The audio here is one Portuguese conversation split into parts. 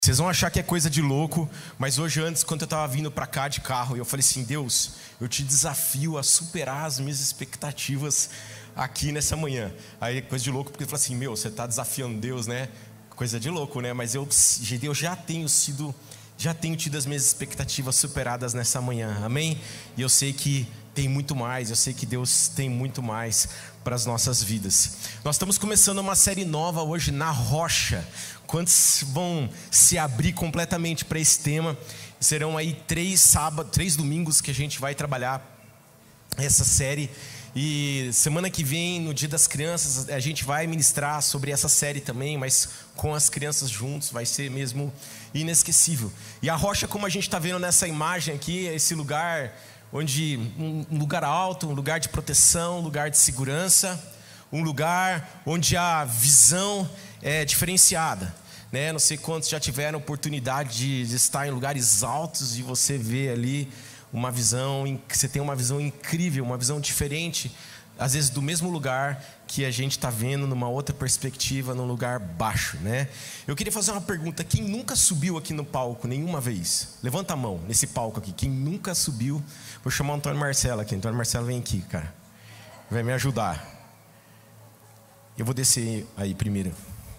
Vocês vão achar que é coisa de louco, mas hoje antes, quando eu estava vindo para cá de carro, eu falei assim: Deus, eu te desafio a superar as minhas expectativas aqui nessa manhã. Aí é coisa de louco, porque ele falou assim: meu, você está desafiando Deus, né? Coisa de louco, né? Mas eu já tenho tido as minhas expectativas superadas nessa manhã, amém? E eu sei que tem muito mais, eu sei que Deus tem muito mais para as nossas vidas. Nós estamos começando uma série nova hoje, Na Rocha. Quantos vão se abrir completamente para esse tema? Serão aí 3 domingos que a gente vai trabalhar essa série. E semana que vem, no Dia das Crianças, a gente vai ministrar sobre essa série também, mas com as crianças juntos, vai ser mesmo inesquecível. E a rocha, como a gente está vendo nessa imagem aqui, é esse lugar onde um lugar alto, um lugar de proteção, um lugar de segurança, um lugar onde a visão é diferenciada, né? Não sei quantos já tiveram oportunidade de estar em lugares altos e você vê ali uma visão, você tem uma visão incrível, uma visão diferente, às vezes do mesmo lugar que a gente está vendo numa outra perspectiva, num lugar baixo, né? Eu queria fazer uma pergunta: quem nunca subiu aqui no palco nenhuma vez? Levanta a mão nesse palco aqui, quem nunca subiu. Vou chamar o Antônio Marcelo aqui. Antônio Marcelo, vem aqui, cara, vai me ajudar. Eu vou descer aí primeiro.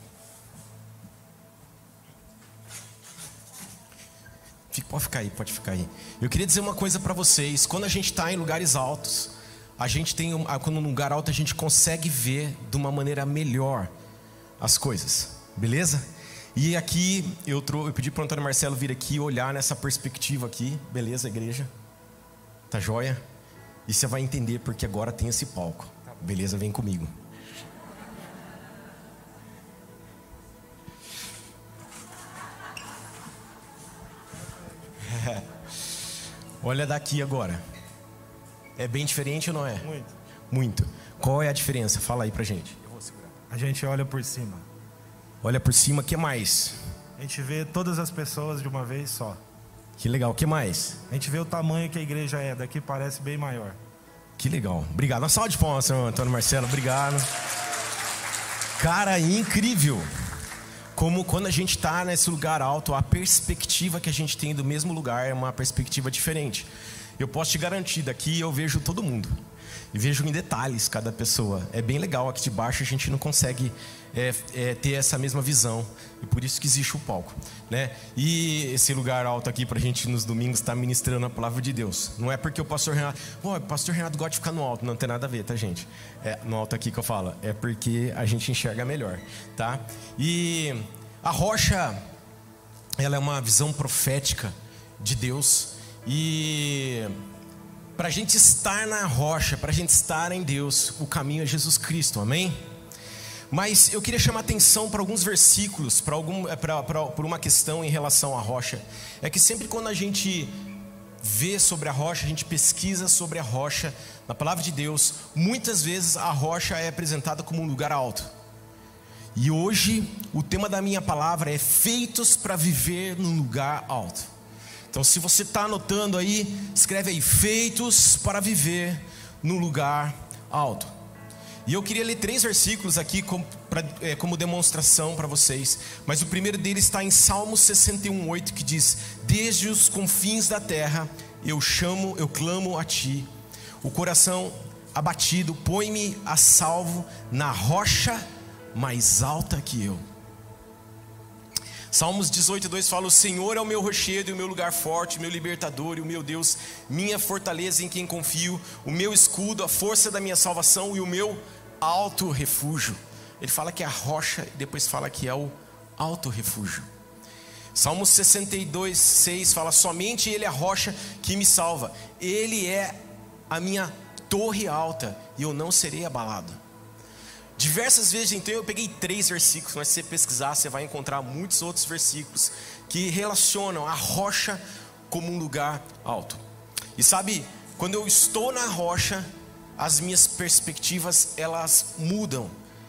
Pode ficar aí. Eu queria dizer uma coisa para vocês: quando a gente está em lugares altos, quando num lugar alto a gente consegue ver de uma maneira melhor as coisas, beleza? E aqui eu pedi para o Antônio Marcelo vir aqui olhar nessa perspectiva aqui, beleza, igreja? Tá joia? E você vai entender porque agora tem esse palco, beleza? Vem comigo. Olha daqui agora. É bem diferente ou não é? Muito. Qual é a diferença? Fala aí pra gente. Eu vou segurar. A gente olha por cima. Olha por cima, o que mais? A gente vê todas as pessoas de uma vez só. Que legal, o que mais? A gente vê o tamanho que a igreja é. Daqui parece bem maior. Que legal, obrigado. Uma salva de palmas, senhor Antônio Marcelo, obrigado. Cara, incrível. Como quando a gente está nesse lugar alto, a perspectiva que a gente tem do mesmo lugar é uma perspectiva diferente. Eu posso te garantir, daqui eu vejo todo mundo e vejo em detalhes cada pessoa. É bem legal, aqui de baixo a gente não consegue ter essa mesma visão, e por isso que existe o palco, né? E esse lugar alto aqui pra gente nos domingos estar ministrando a palavra de Deus. Não é porque o pastor Renato gosta de ficar no alto, não tem nada a ver, tá, gente? É no alto aqui que eu falo, é porque a gente enxerga melhor, tá? E a rocha, ela é uma visão profética de Deus. E para a gente estar na rocha, para a gente estar em Deus, o caminho é Jesus Cristo, amém? Mas eu queria chamar atenção para alguns versículos, por uma questão em relação à rocha. É que sempre quando a gente vê sobre a rocha, a gente pesquisa sobre a rocha na palavra de Deus, muitas vezes a rocha é apresentada como um lugar alto. E hoje o tema da minha palavra é feitos para viver num lugar alto. Então, se você está anotando aí, escreve aí: feitos para viver num lugar alto. E eu queria ler 3 versículos aqui como demonstração para vocês. Mas o primeiro deles está em Salmo 61:8, que diz: desde os confins da terra eu clamo a ti. O coração abatido, põe-me a salvo na rocha mais alta que eu. Salmos 18:2 fala: o Senhor é o meu rochedo e o meu lugar forte, o meu libertador e o meu Deus, minha fortaleza em quem confio, o meu escudo, a força da minha salvação e o meu alto refúgio. Ele fala que é a rocha e depois fala que é o alto refúgio. Salmos 62:6 fala: somente Ele é a rocha que me salva, Ele é a minha torre alta e eu não serei abalado. Diversas vezes, então eu peguei 3 versículos, mas se você pesquisar, você vai encontrar muitos outros versículos que relacionam a rocha como um lugar alto. E sabe, quando eu estou na rocha, as minhas perspectivas, elas mudam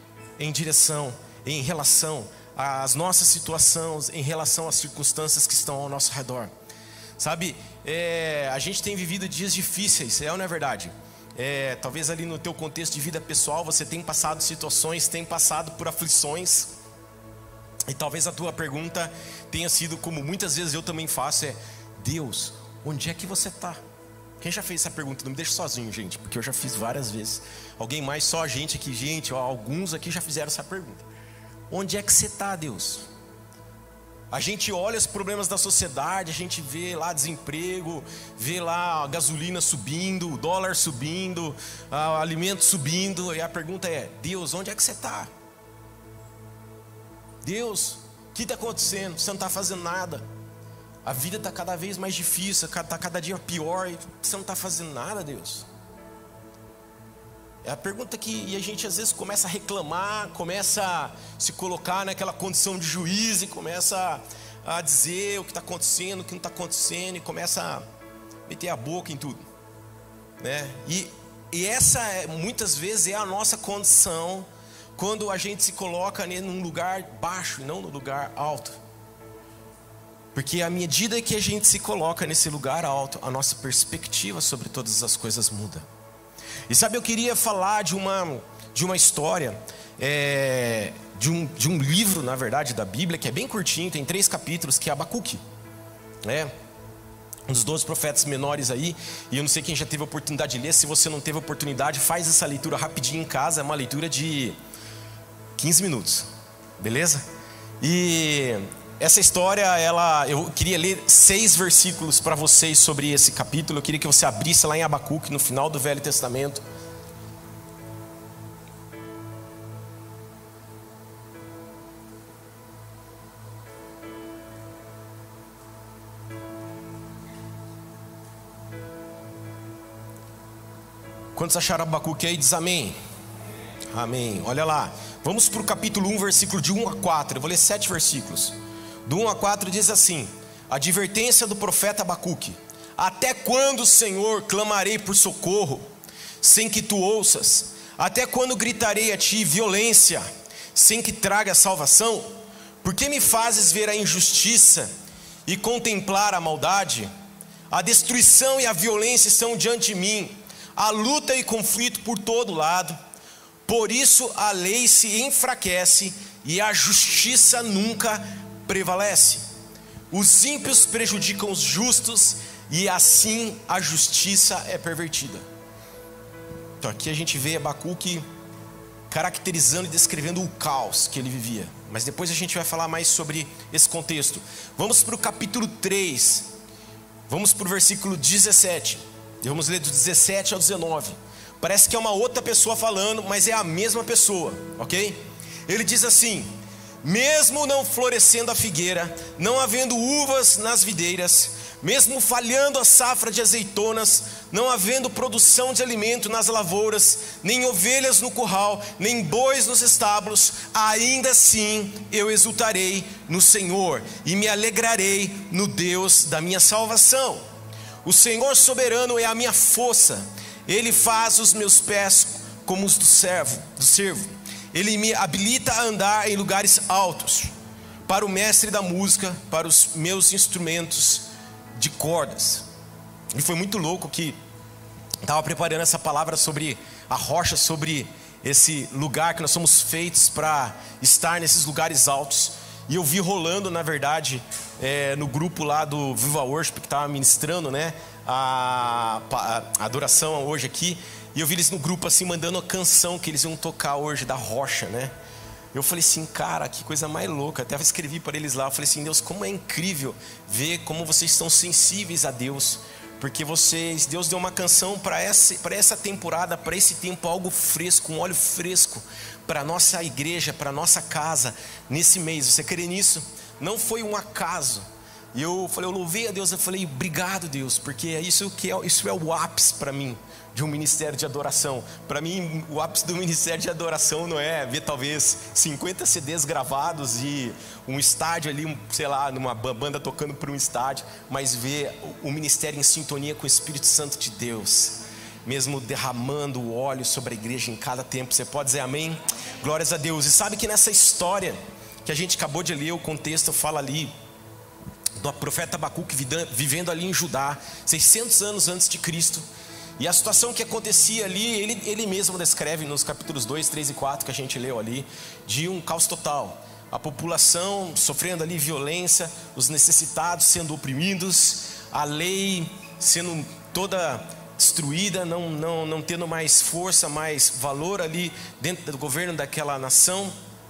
em relação às nossas situações, em relação às circunstâncias que estão ao nosso redor. Sabe, a gente tem vivido dias difíceis, ou não é verdade? Talvez ali no teu contexto de vida pessoal você tem passado situações, tem passado por aflições. E talvez a tua pergunta tenha sido, como muitas vezes eu também faço, Deus, onde é que você está? Quem já fez essa pergunta? Não me deixe sozinho, gente, porque eu já fiz várias vezes. Alguém mais? Só a gente aqui, gente, alguns aqui já fizeram essa pergunta. Onde é que você está, Deus? A gente olha os problemas da sociedade, a gente vê lá desemprego, vê lá a gasolina subindo, o dólar subindo, o alimento subindo, e a pergunta é, Deus, onde é que você está? Deus, o que está acontecendo? Você não está fazendo nada. A vida está cada vez mais difícil, está cada dia pior, e você não está fazendo nada, Deus. É a pergunta e a gente às vezes começa a reclamar, começa a se colocar naquela condição de juiz e começa a dizer o que está acontecendo, o que não está acontecendo, e começa a meter a boca em tudo, né? E essa muitas vezes é a nossa condição quando a gente se coloca num lugar baixo e não no lugar alto. Porque à medida que a gente se coloca nesse lugar alto, a nossa perspectiva sobre todas as coisas muda. E sabe, eu queria falar de uma história, de um livro, na verdade, da Bíblia, que é bem curtinho, tem 3 capítulos, que é Abacuque, né? Um dos 12 profetas menores aí. E eu não sei quem já teve a oportunidade de ler. Se você não teve a oportunidade, faz essa leitura rapidinho em casa. É uma leitura de 15 minutos, beleza? E essa história, eu queria ler 6 versículos para vocês sobre esse capítulo. Eu queria que você abrisse lá em Abacuque, no final do Velho Testamento. Quantos acharam Abacuque aí? Diz amém. Amém. Olha lá. Vamos para o capítulo 1, versículo de 1 a 4. Eu vou ler 7 versículos. Do 1 a 4 diz assim: advertência do profeta Abacuque. Até quando, Senhor, clamarei por socorro, sem que tu ouças? Até quando gritarei a ti violência, sem que traga salvação? Por que me fazes ver a injustiça e contemplar a maldade? A destruição e a violência estão diante de mim, a luta e conflito por todo lado. Por isso a lei se enfraquece e a justiça nunca prevalece. Os ímpios prejudicam os justos e assim a justiça é pervertida. Então aqui a gente vê Abacuque caracterizando e descrevendo o caos que ele vivia. Mas depois a gente vai falar mais sobre esse contexto. Vamos para o capítulo 3. Vamos para o versículo 17. Vamos ler do 17 ao 19. Parece que é uma outra pessoa falando, mas é a mesma pessoa, ok? Ele diz assim: mesmo não florescendo a figueira, não havendo uvas nas videiras, mesmo falhando a safra de azeitonas, não havendo produção de alimento nas lavouras, nem ovelhas no curral, nem bois nos estábulos, ainda assim eu exultarei no Senhor e me alegrarei no Deus da minha salvação. O Senhor soberano é a minha força, Ele faz os meus pés como os do servo. Ele me habilita a andar em lugares altos. Para o mestre da música, para os meus instrumentos de cordas. E foi muito louco que estava preparando essa palavra sobre a rocha, sobre esse lugar que nós somos feitos para estar nesses lugares altos. E eu vi rolando, na verdade, no grupo lá do Viva Worship, que estava ministrando, né, a adoração hoje aqui. E eu vi eles no grupo assim, mandando a canção que eles iam tocar hoje, da rocha, né. Eu falei assim, cara, que coisa mais louca. Até escrevi para eles lá, eu falei assim, Deus, como é incrível ver como vocês estão sensíveis a Deus. Porque Deus deu uma canção para essa temporada, para esse tempo, algo fresco, um óleo fresco para a nossa igreja, para a nossa casa, nesse mês. Você crê nisso? Não foi um acaso. E eu falei, eu louvei a Deus, eu falei, obrigado Deus, porque isso é o ápice para mim, de um ministério de adoração. Para mim, o ápice do ministério de adoração não é ver talvez 50 CDs gravados e um estádio ali, sei lá, numa banda tocando por um estádio, mas ver o ministério em sintonia com o Espírito Santo de Deus, mesmo derramando o óleo sobre a igreja em cada tempo. Você pode dizer amém? Glórias a Deus. E sabe que nessa história que a gente acabou de ler, o contexto fala ali do profeta Abacuque vivendo ali em Judá, 600 anos antes de Cristo. E a situação que acontecia ali, ele mesmo descreve nos capítulos 2, 3 e 4 que a gente leu ali, de um caos total. a população sofrendo ali violência, os necessitados sendo oprimidos, a lei sendo toda destruída, não tendo mais força, mais valor ali dentro do governo daquela nação.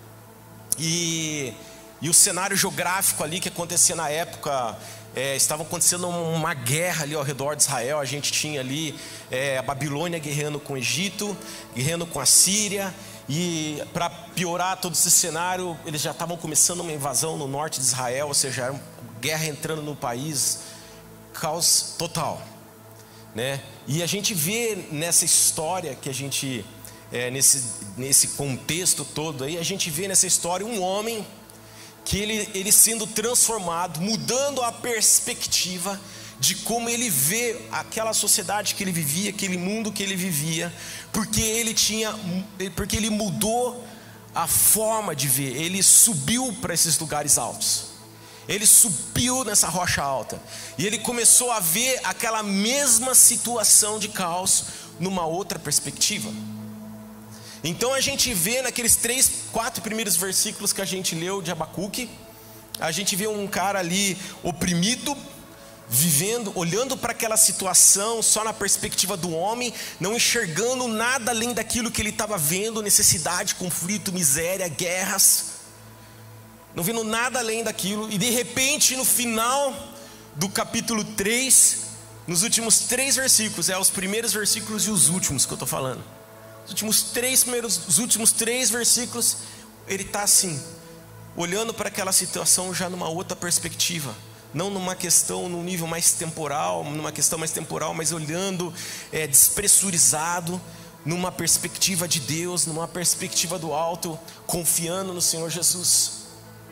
E o cenário geográfico ali que acontecia na época, estava acontecendo uma guerra ali ao redor de Israel. A gente tinha ali a Babilônia guerreando com o Egito, guerreando com a Síria. E para piorar todo esse cenário, eles já estavam começando uma invasão no norte de Israel, ou seja, era uma guerra entrando no país, caos total, né? E a gente vê nessa história que a gente, nesse contexto todo aí, a gente vê nessa história um homem que ele sendo transformado, mudando a perspectiva de como ele vê aquela sociedade que ele vivia, aquele mundo que ele vivia, porque ele mudou a forma de ver. Ele subiu para esses lugares altos, ele subiu nessa rocha alta, e ele começou a ver aquela mesma situação de caos numa outra perspectiva. Então a gente vê naqueles 4 primeiros versículos que a gente leu de Abacuque, a gente vê um cara ali oprimido, vivendo, olhando para aquela situação só na perspectiva do homem, não enxergando nada além daquilo que ele estava vendo: necessidade, conflito, miséria, guerras, não vendo nada além daquilo. E de repente, no final do capítulo 3, nos últimos 3 versículos, os primeiros versículos e os últimos que eu estou falando, os últimos 3 versículos, ele está assim, olhando para aquela situação já numa outra perspectiva, não numa questão, num nível mais temporal, mas olhando despressurizado, numa perspectiva de Deus, numa perspectiva do alto, confiando no Senhor Jesus.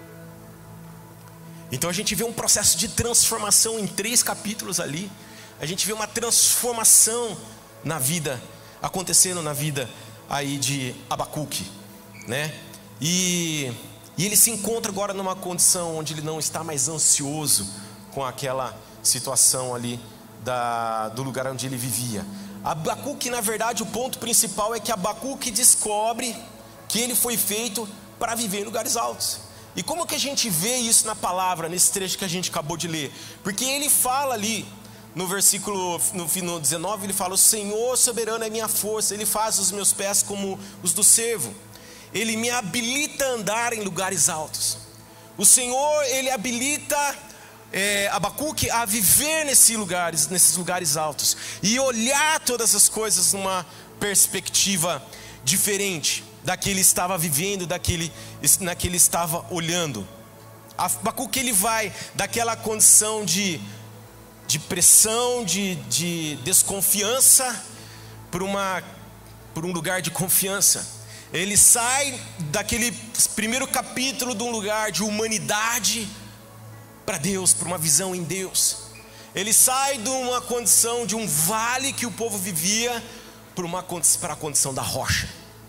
Então a gente vê um processo de transformação em 3 capítulos ali. A gente vê uma transformação na vida, acontecendo na vida aí de Abacuque, né? E ele se encontra agora numa condição onde ele não está mais ansioso com aquela situação ali do lugar onde ele vivia. Abacuque, na verdade, o ponto principal é que Abacuque descobre que ele foi feito para viver em lugares altos. E como que a gente vê isso na palavra, nesse trecho que a gente acabou de ler? Porque ele fala ali no versículo, no 19, ele fala: o Senhor soberano é minha força, Ele faz os meus pés como os do servo, Ele me habilita a andar em lugares altos. O Senhor, Ele habilita Abacuque a viver nesses lugares altos, e olhar todas as coisas numa perspectiva diferente da que ele estava vivendo, na que ele estava olhando. Abacuque, ele vai daquela condição de pressão, de desconfiança, por um lugar de confiança. Ele sai daquele primeiro capítulo de um lugar de humanidade para Deus, para uma visão em Deus. Ele sai de uma condição de um vale que o povo vivia para a condição da rocha.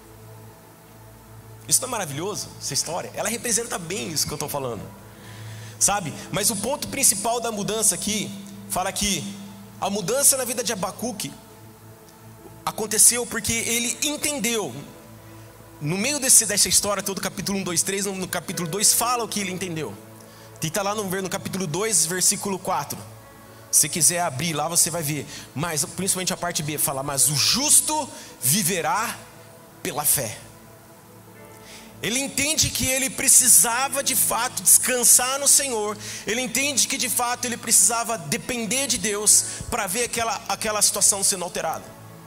Isso não é maravilhoso? Essa história, ela representa bem isso que eu estou falando, sabe? Mas o ponto principal da mudança aqui fala que a mudança na vida de Abacuque aconteceu porque ele entendeu. No meio dessa história, todo capítulo 1, 2, 3, no capítulo 2 fala o que ele entendeu. Está lá no capítulo 2, versículo 4. Se quiser abrir lá, você vai ver. Mas principalmente a parte B fala: mas o justo viverá pela fé. Ele entende que ele precisava de fato descansar no Senhor. Ele entende que de fato ele precisava depender de Deus para ver aquela situação sendo alterada.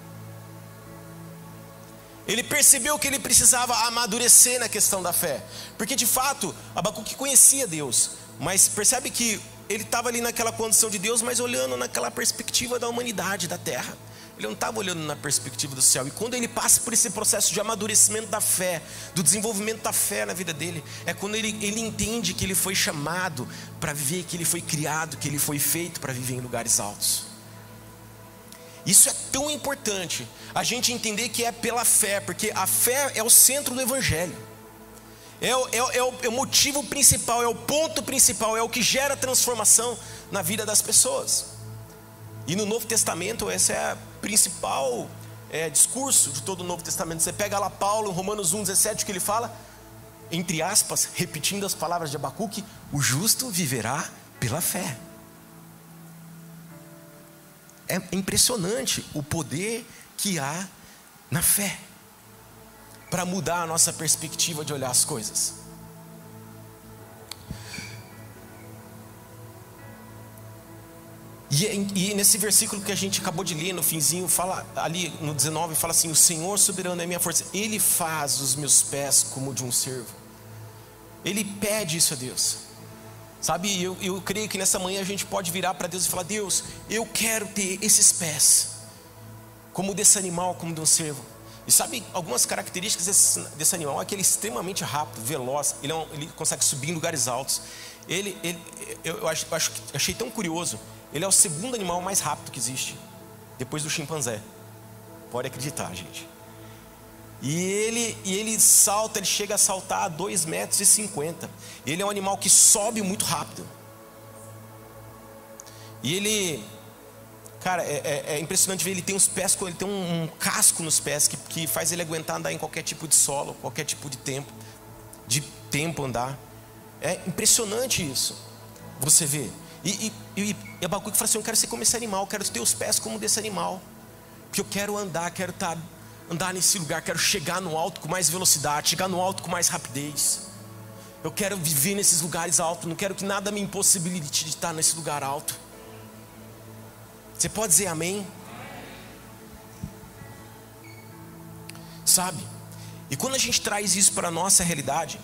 Ele percebeu que ele precisava amadurecer na questão da fé, porque de fato Abacuque conhecia Deus, mas percebe que ele estava ali naquela condição de Deus, mas olhando naquela perspectiva da humanidade, da terra. Ele não estava olhando na perspectiva do céu. E quando ele passa por esse processo de amadurecimento da fé, do desenvolvimento da fé na vida dele, é quando ele entende que ele foi chamado para viver, que ele foi criado, que ele foi feito para viver em lugares altos. Isso é tão importante, a gente entender que é pela fé, porque a fé é o centro do evangelho. É o motivo principal, é o ponto principal, é o que gera transformação na vida das pessoas. E no Novo Testamento, esse é o principal discurso de todo o Novo Testamento. Você pega lá Paulo, em Romanos 1,17, que ele fala: entre aspas, repetindo as palavras de Abacuque, o justo viverá pela fé. É impressionante o poder que há na fé para mudar a nossa perspectiva de olhar as coisas. E nesse versículo que a gente acabou de ler, no finzinho, fala ali no 19, fala assim: o Senhor soberano é minha força, Ele faz os meus pés como de um cervo. Ele pede isso a Deus, sabe? Eu creio que nessa manhã a gente pode virar para Deus e falar: Deus, eu quero ter esses pés como desse animal, como de um cervo. E sabe, algumas características desse animal é que ele é extremamente rápido, veloz, ele consegue subir em lugares altos. Eu achei tão curioso. Ele é o segundo animal mais rápido que existe, depois do chimpanzé. Pode acreditar, gente. E ele salta, ele chega a saltar a 2,50 metros. Ele é um animal que sobe muito rápido. E ele, cara, é impressionante ver, ele tem os pés, ele tem um casco nos pés que faz ele aguentar andar em qualquer tipo de solo, qualquer tipo de tempo andar. É impressionante isso, você vê. E Abacuque fala assim: eu quero ser como esse animal, eu quero ter os pés como desse animal, porque eu quero andar, andar nesse lugar, quero chegar no alto com mais velocidade, chegar no alto com mais rapidez. Eu quero viver nesses lugares altos, não quero que nada me impossibilite de estar nesse lugar alto. Você pode dizer amém? Sabe? E quando a gente traz isso para a nossa realidade,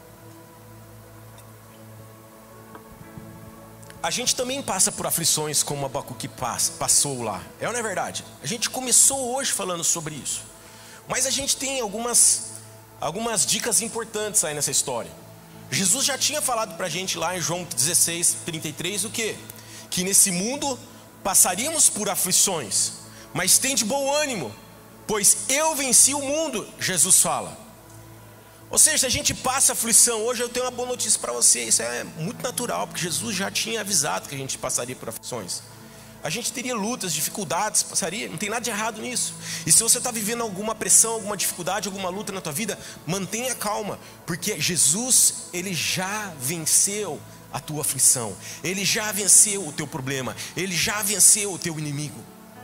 a gente também passa por aflições como Abacuque passou lá. É ou não é verdade? A gente começou hoje falando sobre isso, mas a gente tem algumas dicas importantes aí nessa história. Jesus já tinha falado para a gente lá em João 16:33 o quê? Que nesse mundo passaríamos por aflições, mas tem de bom ânimo, pois eu venci o mundo, Jesus fala. Ou seja, se a gente passa aflição hoje, eu tenho uma boa notícia para você. Isso é muito natural, porque Jesus já tinha avisado que a gente passaria por aflições. A gente teria lutas, dificuldades, passaria, não tem nada de errado nisso. E se você está vivendo alguma pressão, alguma dificuldade, alguma luta na tua vida, mantenha calma, porque Jesus, Ele já venceu a tua aflição, Ele já venceu o teu problema, Ele já venceu o teu inimigo.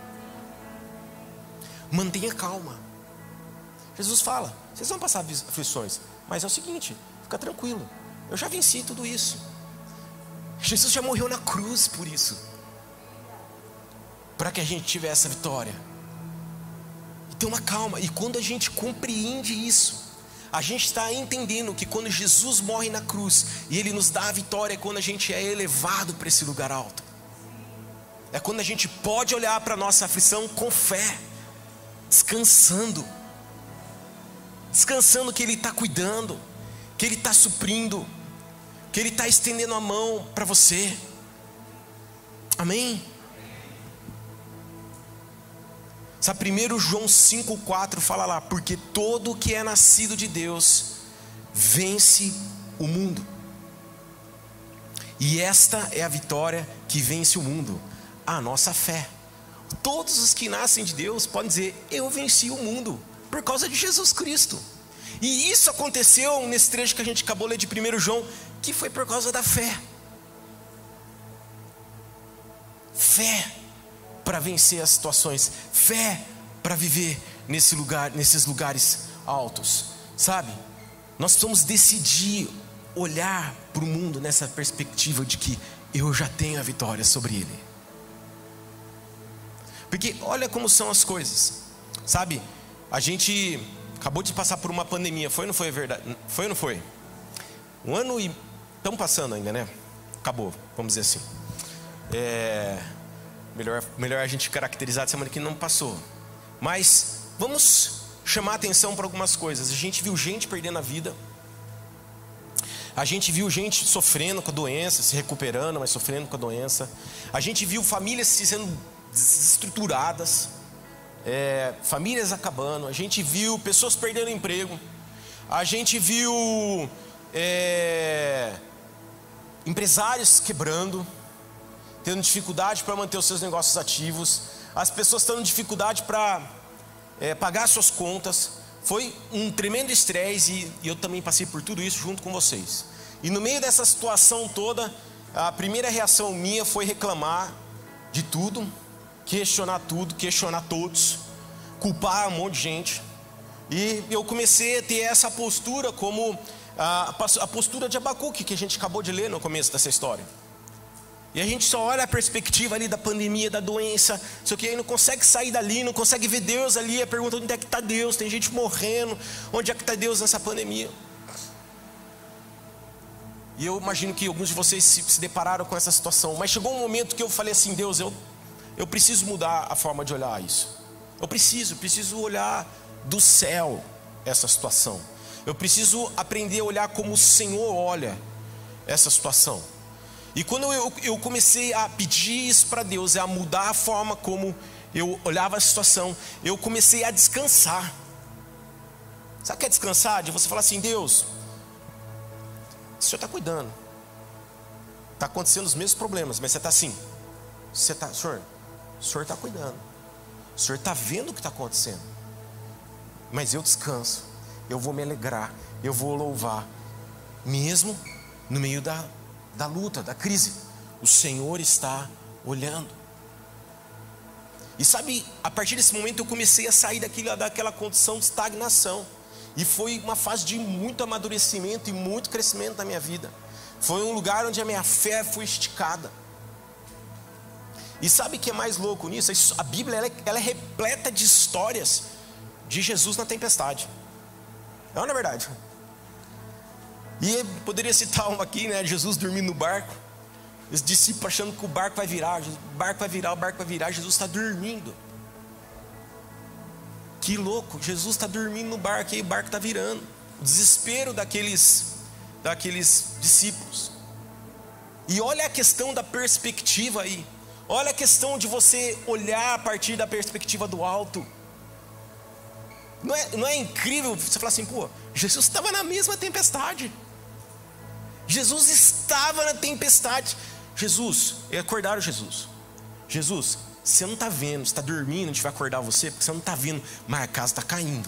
Mantenha calma. Jesus fala: vocês vão passar aflições, mas é o seguinte, fica tranquilo, eu já venci tudo isso. Jesus já morreu na cruz por isso, para que a gente tivesse essa vitória. Então uma calma. E quando a gente compreende isso, a gente está entendendo que quando Jesus morre na cruz e Ele nos dá a vitória, é quando a gente é elevado para esse lugar alto. É quando a gente pode olhar para a nossa aflição com fé, descansando que Ele está cuidando, que Ele está suprindo, que Ele está estendendo a mão para você. Amém? Sabe, 1 João 5,4 fala lá: porque todo o que é nascido de Deus vence o mundo. E esta é a vitória que vence o mundo, a nossa fé. Todos os que nascem de Deus podem dizer: eu venci o mundo, por causa de Jesus Cristo. E isso aconteceu nesse trecho que a gente acabou de ler de 1 João, que foi por causa da fé. Fé para vencer as situações, fé para viver nesses lugares altos, sabe? Nós precisamos decidir olhar para o mundo nessa perspectiva de que eu já tenho a vitória sobre ele. Porque olha como são as coisas, sabe? A gente acabou de passar por uma pandemia, foi ou não foi verdade? Foi ou não foi? Um ano e estamos passando ainda, né? Acabou, vamos dizer assim. Melhor a gente caracterizar de semana que não passou. Mas vamos chamar atenção para algumas coisas. A gente viu gente perdendo a vida. A gente viu gente sofrendo com a doença, se recuperando, mas sofrendo com a doença. A gente viu famílias sendo desestruturadas, famílias acabando. A gente viu pessoas perdendo emprego. A gente viu empresários quebrando, tendo dificuldade para manter os seus negócios ativos. As pessoas tendo dificuldade para pagar suas contas. Foi um tremendo estresse e eu também passei por tudo isso junto com vocês. E no meio dessa situação toda, a primeira reação minha foi reclamar de tudo, questionar tudo, questionar todos, culpar um monte de gente. E eu comecei a ter essa postura como a postura de Abacuque, que a gente acabou de ler no começo dessa história. E a gente só olha a perspectiva ali da pandemia, da doença, só que aí não consegue sair dali, não consegue ver Deus ali, pergunta onde é que está Deus, tem gente morrendo, onde é que está Deus nessa pandemia? E eu imagino que alguns de vocês se depararam com essa situação, mas chegou um momento que eu falei assim, Deus, eu preciso mudar a forma de olhar isso. Eu preciso olhar do céu essa situação. Eu preciso aprender a olhar como o Senhor olha essa situação. E quando eu comecei a pedir isso para Deus, a mudar a forma como eu olhava a situação, eu comecei a descansar. Sabe o que é descansar? De você falar assim, Deus, o Senhor está cuidando, está acontecendo os mesmos problemas, mas você está assim, Senhor, o Senhor está cuidando, o Senhor está vendo o que está acontecendo, mas eu descanso, eu vou me alegrar, eu vou louvar, mesmo no meio da luta, da crise, o Senhor está olhando. E sabe, a partir desse momento eu comecei a sair daquela condição de estagnação. E foi uma fase de muito amadurecimento e muito crescimento na minha vida. Foi um lugar onde a minha fé foi esticada. E sabe o que é mais louco nisso? A Bíblia ela é repleta de histórias de Jesus na tempestade. Não é verdade? E poderia citar uma aqui, né? Jesus dormindo no barco, os discípulos achando que o barco vai virar, Jesus está dormindo. Que louco, Jesus está dormindo no barco e o barco está virando. O desespero daqueles discípulos. E olha a questão da perspectiva aí. Olha a questão de você olhar a partir da perspectiva do alto. Não é incrível você falar assim, pô, Jesus estava na mesma tempestade. Jesus estava na tempestade. Jesus, acordaram Jesus. Jesus, você não está vendo, você está dormindo, a gente vai acordar você, porque você não está vendo, mas a casa está caindo.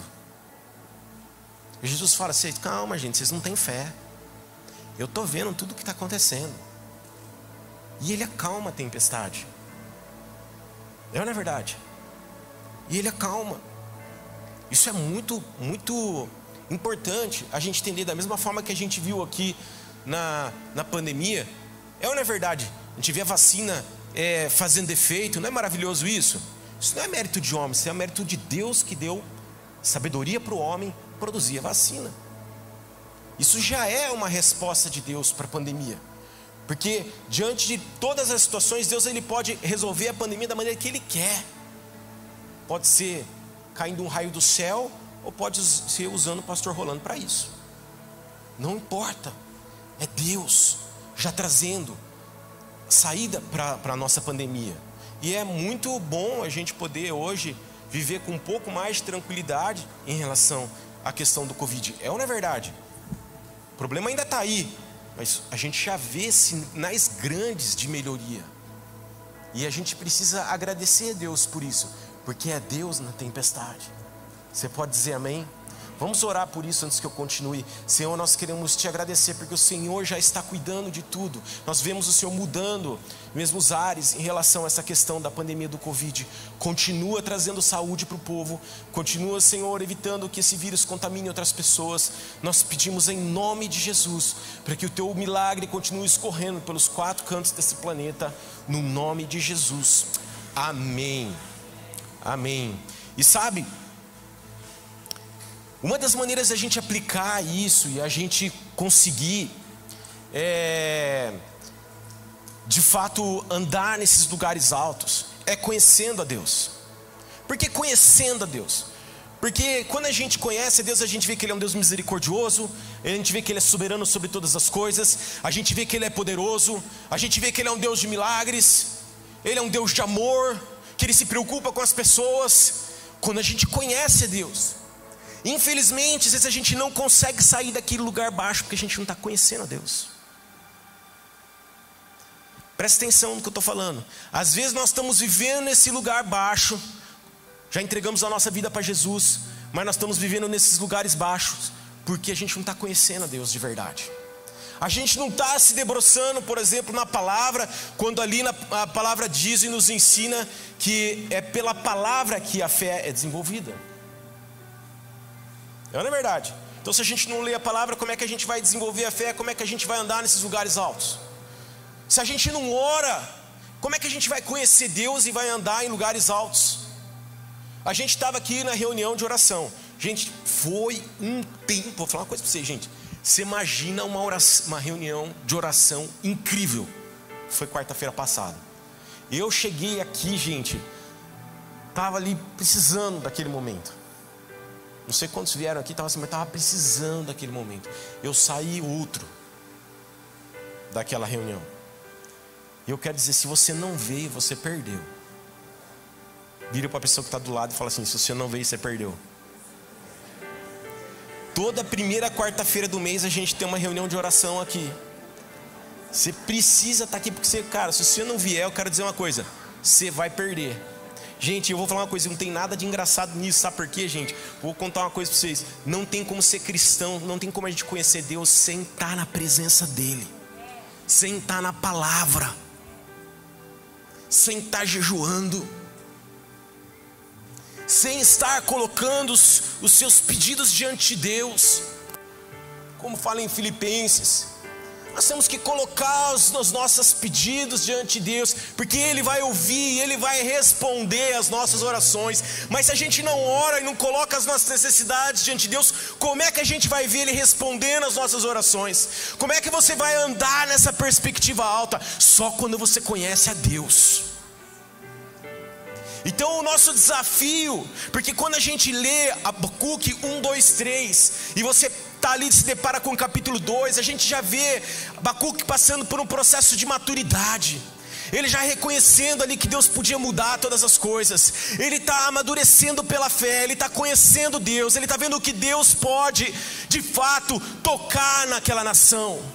E Jesus fala assim, calma gente, vocês não têm fé. Eu estou vendo tudo o que está acontecendo. E ele acalma a tempestade. Não é verdade? E ele acalma. Isso é muito, muito importante a gente entender, da mesma forma que a gente viu aqui na pandemia. Não é verdade? A gente vê a vacina fazendo efeito. Não é maravilhoso isso? Isso não é mérito de homem, isso é mérito de Deus, que deu sabedoria para o homem produzir a vacina. Isso já é uma resposta de Deus para a pandemia, porque diante de todas as situações, Deus ele pode resolver a pandemia da maneira que Ele quer. Pode ser caindo um raio do céu, ou pode ser usando o pastor Rolando para isso. Não importa, é Deus já trazendo saída para a nossa pandemia. E é muito bom a gente poder hoje viver com um pouco mais de tranquilidade em relação à questão do Covid. Não é verdade? O problema ainda está aí, mas a gente já vê sinais grandes de melhoria. E a gente precisa agradecer a Deus por isso, porque é Deus na tempestade. Você pode dizer amém? Vamos orar por isso antes que eu continue. Senhor, nós queremos te agradecer, porque o Senhor já está cuidando de tudo. Nós vemos o Senhor mudando mesmo os ares em relação a essa questão da pandemia do Covid. Continua trazendo saúde para o povo. Continua, Senhor, evitando que esse vírus contamine outras pessoas. Nós pedimos em nome de Jesus, para que o teu milagre continue escorrendo pelos 4 cantos desse planeta, no nome de Jesus. Amém. Amém. E sabe, uma das maneiras da gente aplicar isso e a gente conseguir de fato andar nesses lugares altos é conhecendo a Deus. Por que conhecendo a Deus? Porque quando a gente conhece a Deus, a gente vê que Ele é um Deus misericordioso, a gente vê que Ele é soberano sobre todas as coisas, a gente vê que Ele é poderoso, a gente vê que Ele é um Deus de milagres, Ele é um Deus de amor, que Ele se preocupa com as pessoas. Quando a gente conhece a Deus, infelizmente, às vezes a gente não consegue sair daquele lugar baixo, porque a gente não está conhecendo a Deus. Presta atenção no que eu estou falando. Às vezes nós estamos vivendo nesse lugar baixo, já entregamos a nossa vida para Jesus, mas nós estamos vivendo nesses lugares baixos, porque a gente não está conhecendo a Deus de verdade. A gente não está se debruçando, por exemplo, na palavra, quando ali a palavra diz e nos ensina que é pela palavra que a fé é desenvolvida. Não é verdade? Então, se a gente não lê a palavra, como é que a gente vai desenvolver a fé? Como é que a gente vai andar nesses lugares altos? Se a gente não ora, como é que a gente vai conhecer Deus e vai andar em lugares altos? A gente estava aqui na reunião de oração. Gente, foi um tempo. Vou falar uma coisa para vocês, gente. Você imagina uma reunião de oração incrível. Foi quarta-feira passada. Eu cheguei aqui, gente, estava ali precisando daquele momento. Não sei quantos vieram aqui, mas estava precisando daquele momento. Eu saí outro daquela reunião. E eu quero dizer, se você não veio, você perdeu. Vira para a pessoa que está do lado e fala assim: se você não veio, você perdeu. Toda primeira quarta-feira do mês a gente tem uma reunião de oração aqui. Você precisa estar aqui, porque você, cara, se você não vier, eu quero dizer uma coisa: você vai perder. Gente, eu vou falar uma coisa, não tem nada de engraçado nisso, sabe por quê, gente? Vou contar uma coisa para vocês. Não tem como ser cristão, não tem como a gente conhecer Deus sem estar na presença dEle, sem estar na palavra, sem estar jejuando, sem estar colocando os seus pedidos diante de Deus. Como fala em Filipenses, nós temos que colocar os nossos pedidos diante de Deus, porque Ele vai ouvir, Ele vai responder as nossas orações. Mas se a gente não ora e não coloca as nossas necessidades diante de Deus, como é que a gente vai ver Ele respondendo as nossas orações? Como é que você vai andar nessa perspectiva alta? Só quando você conhece a Deus. Então o nosso desafio, porque quando a gente lê Abacuque 1, 2, 3, e você está ali, se depara com o capítulo 2, a gente já vê Abacuque passando por um processo de maturidade. Ele já reconhecendo ali que Deus podia mudar todas as coisas. Ele está amadurecendo pela fé, ele está conhecendo Deus, ele está vendo que Deus pode, de fato, tocar naquela nação.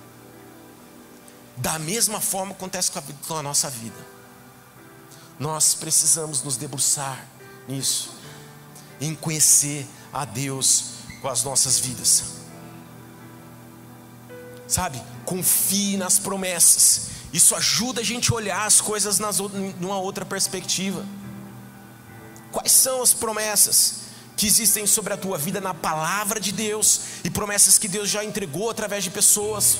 Da mesma forma acontece com a nossa vida. Nós precisamos nos debruçar nisso, em conhecer a Deus com as nossas vidas. Sabe, confie nas promessas. Isso ajuda a gente a olhar as coisas numa outra perspectiva. Quais são as promessas que existem sobre a tua vida na palavra de Deus, e promessas que Deus já entregou através de pessoas?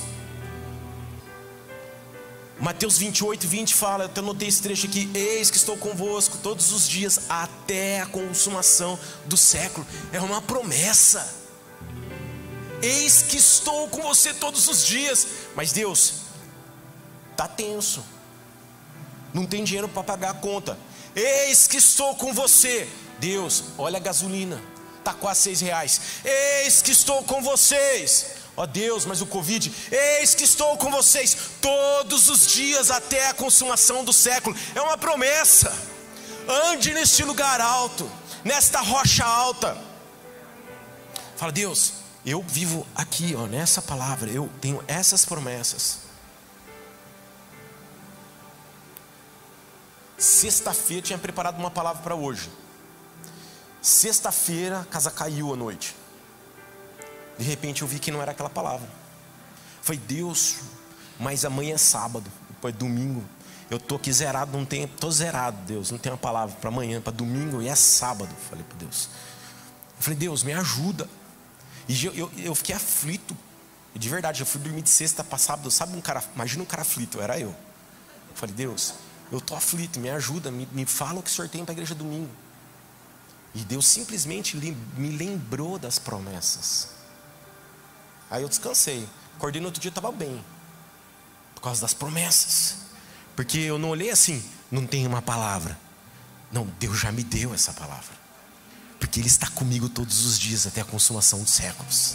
Mateus 28, 20 fala, eu anotei esse trecho aqui: eis que estou convosco todos os dias até a consumação do século. É uma promessa. Eis que estou com você todos os dias. Mas Deus, está tenso, não tem dinheiro para pagar a conta. Eis que estou com você. Deus, olha a gasolina, está quase R$6. Eis que estou com vocês. Ó Deus, mas o Covid, eis que estou com vocês todos os dias até a consumação do século. É uma promessa. Ande neste lugar alto, nesta rocha alta. Fala: Deus, eu vivo aqui, ó, nessa palavra, eu tenho essas promessas. Sexta-feira tinha preparado uma palavra para hoje. Sexta-feira a casa caiu à noite. De repente eu vi que não era aquela palavra. Falei: Deus, mas amanhã é sábado, depois domingo. Eu tô aqui zerado, não tenho, tô zerado, Deus, não tenho uma palavra para amanhã, para domingo, e é sábado. Falei para Deus. Eu falei: Deus, me ajuda. E eu fiquei aflito. E de verdade, eu fui dormir de sexta para sábado. Sabe imagina um cara aflito, era eu. Eu falei: Deus, eu tô aflito, me ajuda, me fala o que o Senhor tem para a igreja domingo. E Deus simplesmente me lembrou das promessas. Aí eu descansei. Acordei no outro dia, estava bem, por causa das promessas. Porque eu não olhei assim, não tem uma palavra. Não, Deus já me deu essa palavra, porque Ele está comigo todos os dias até a consumação dos séculos.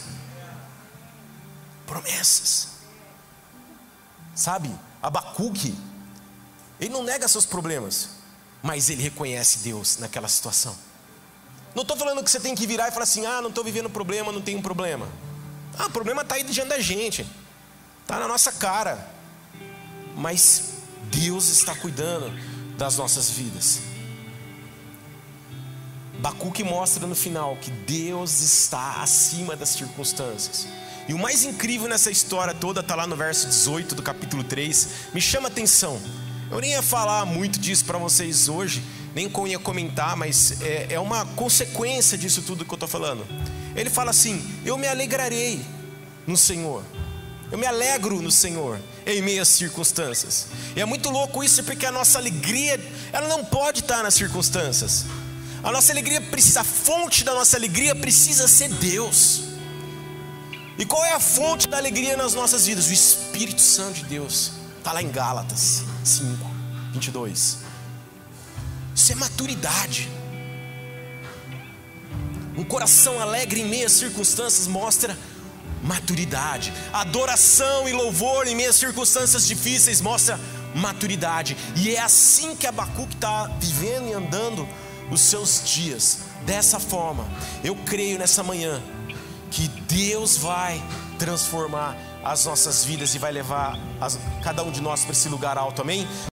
Promessas. Sabe, Abacuque, ele não nega seus problemas, mas ele reconhece Deus naquela situação. Não estou falando que você tem que virar e falar assim: não estou vivendo problema, não tenho problema. O problema está aí diante da gente, está na nossa cara. Mas Deus está cuidando das nossas vidas. Abacuque mostra no final que Deus está acima das circunstâncias. E o mais incrível nessa história toda está lá no verso 18 do capítulo 3. Me chama a atenção. Eu nem ia falar muito disso para vocês hoje, nem ia comentar, mas é uma consequência disso tudo que eu estou falando. Ele fala assim: eu me alegrarei no Senhor. Eu me alegro no Senhor em meio às circunstâncias. E é muito louco isso, porque a nossa alegria, ela não pode estar nas circunstâncias. A nossa alegria precisa, a fonte da nossa alegria precisa ser Deus. E qual é a fonte da alegria nas nossas vidas? O Espírito Santo de Deus. Está lá em Gálatas 5, 22. Isso é maturidade. Um coração alegre em meio às circunstâncias mostra maturidade. Adoração e louvor em meio às circunstâncias difíceis mostra maturidade. E é assim que Abacuque está vivendo e andando os seus dias. Dessa forma, eu creio nessa manhã que Deus vai transformar as nossas vidas e vai levar cada um de nós para esse lugar alto, amém?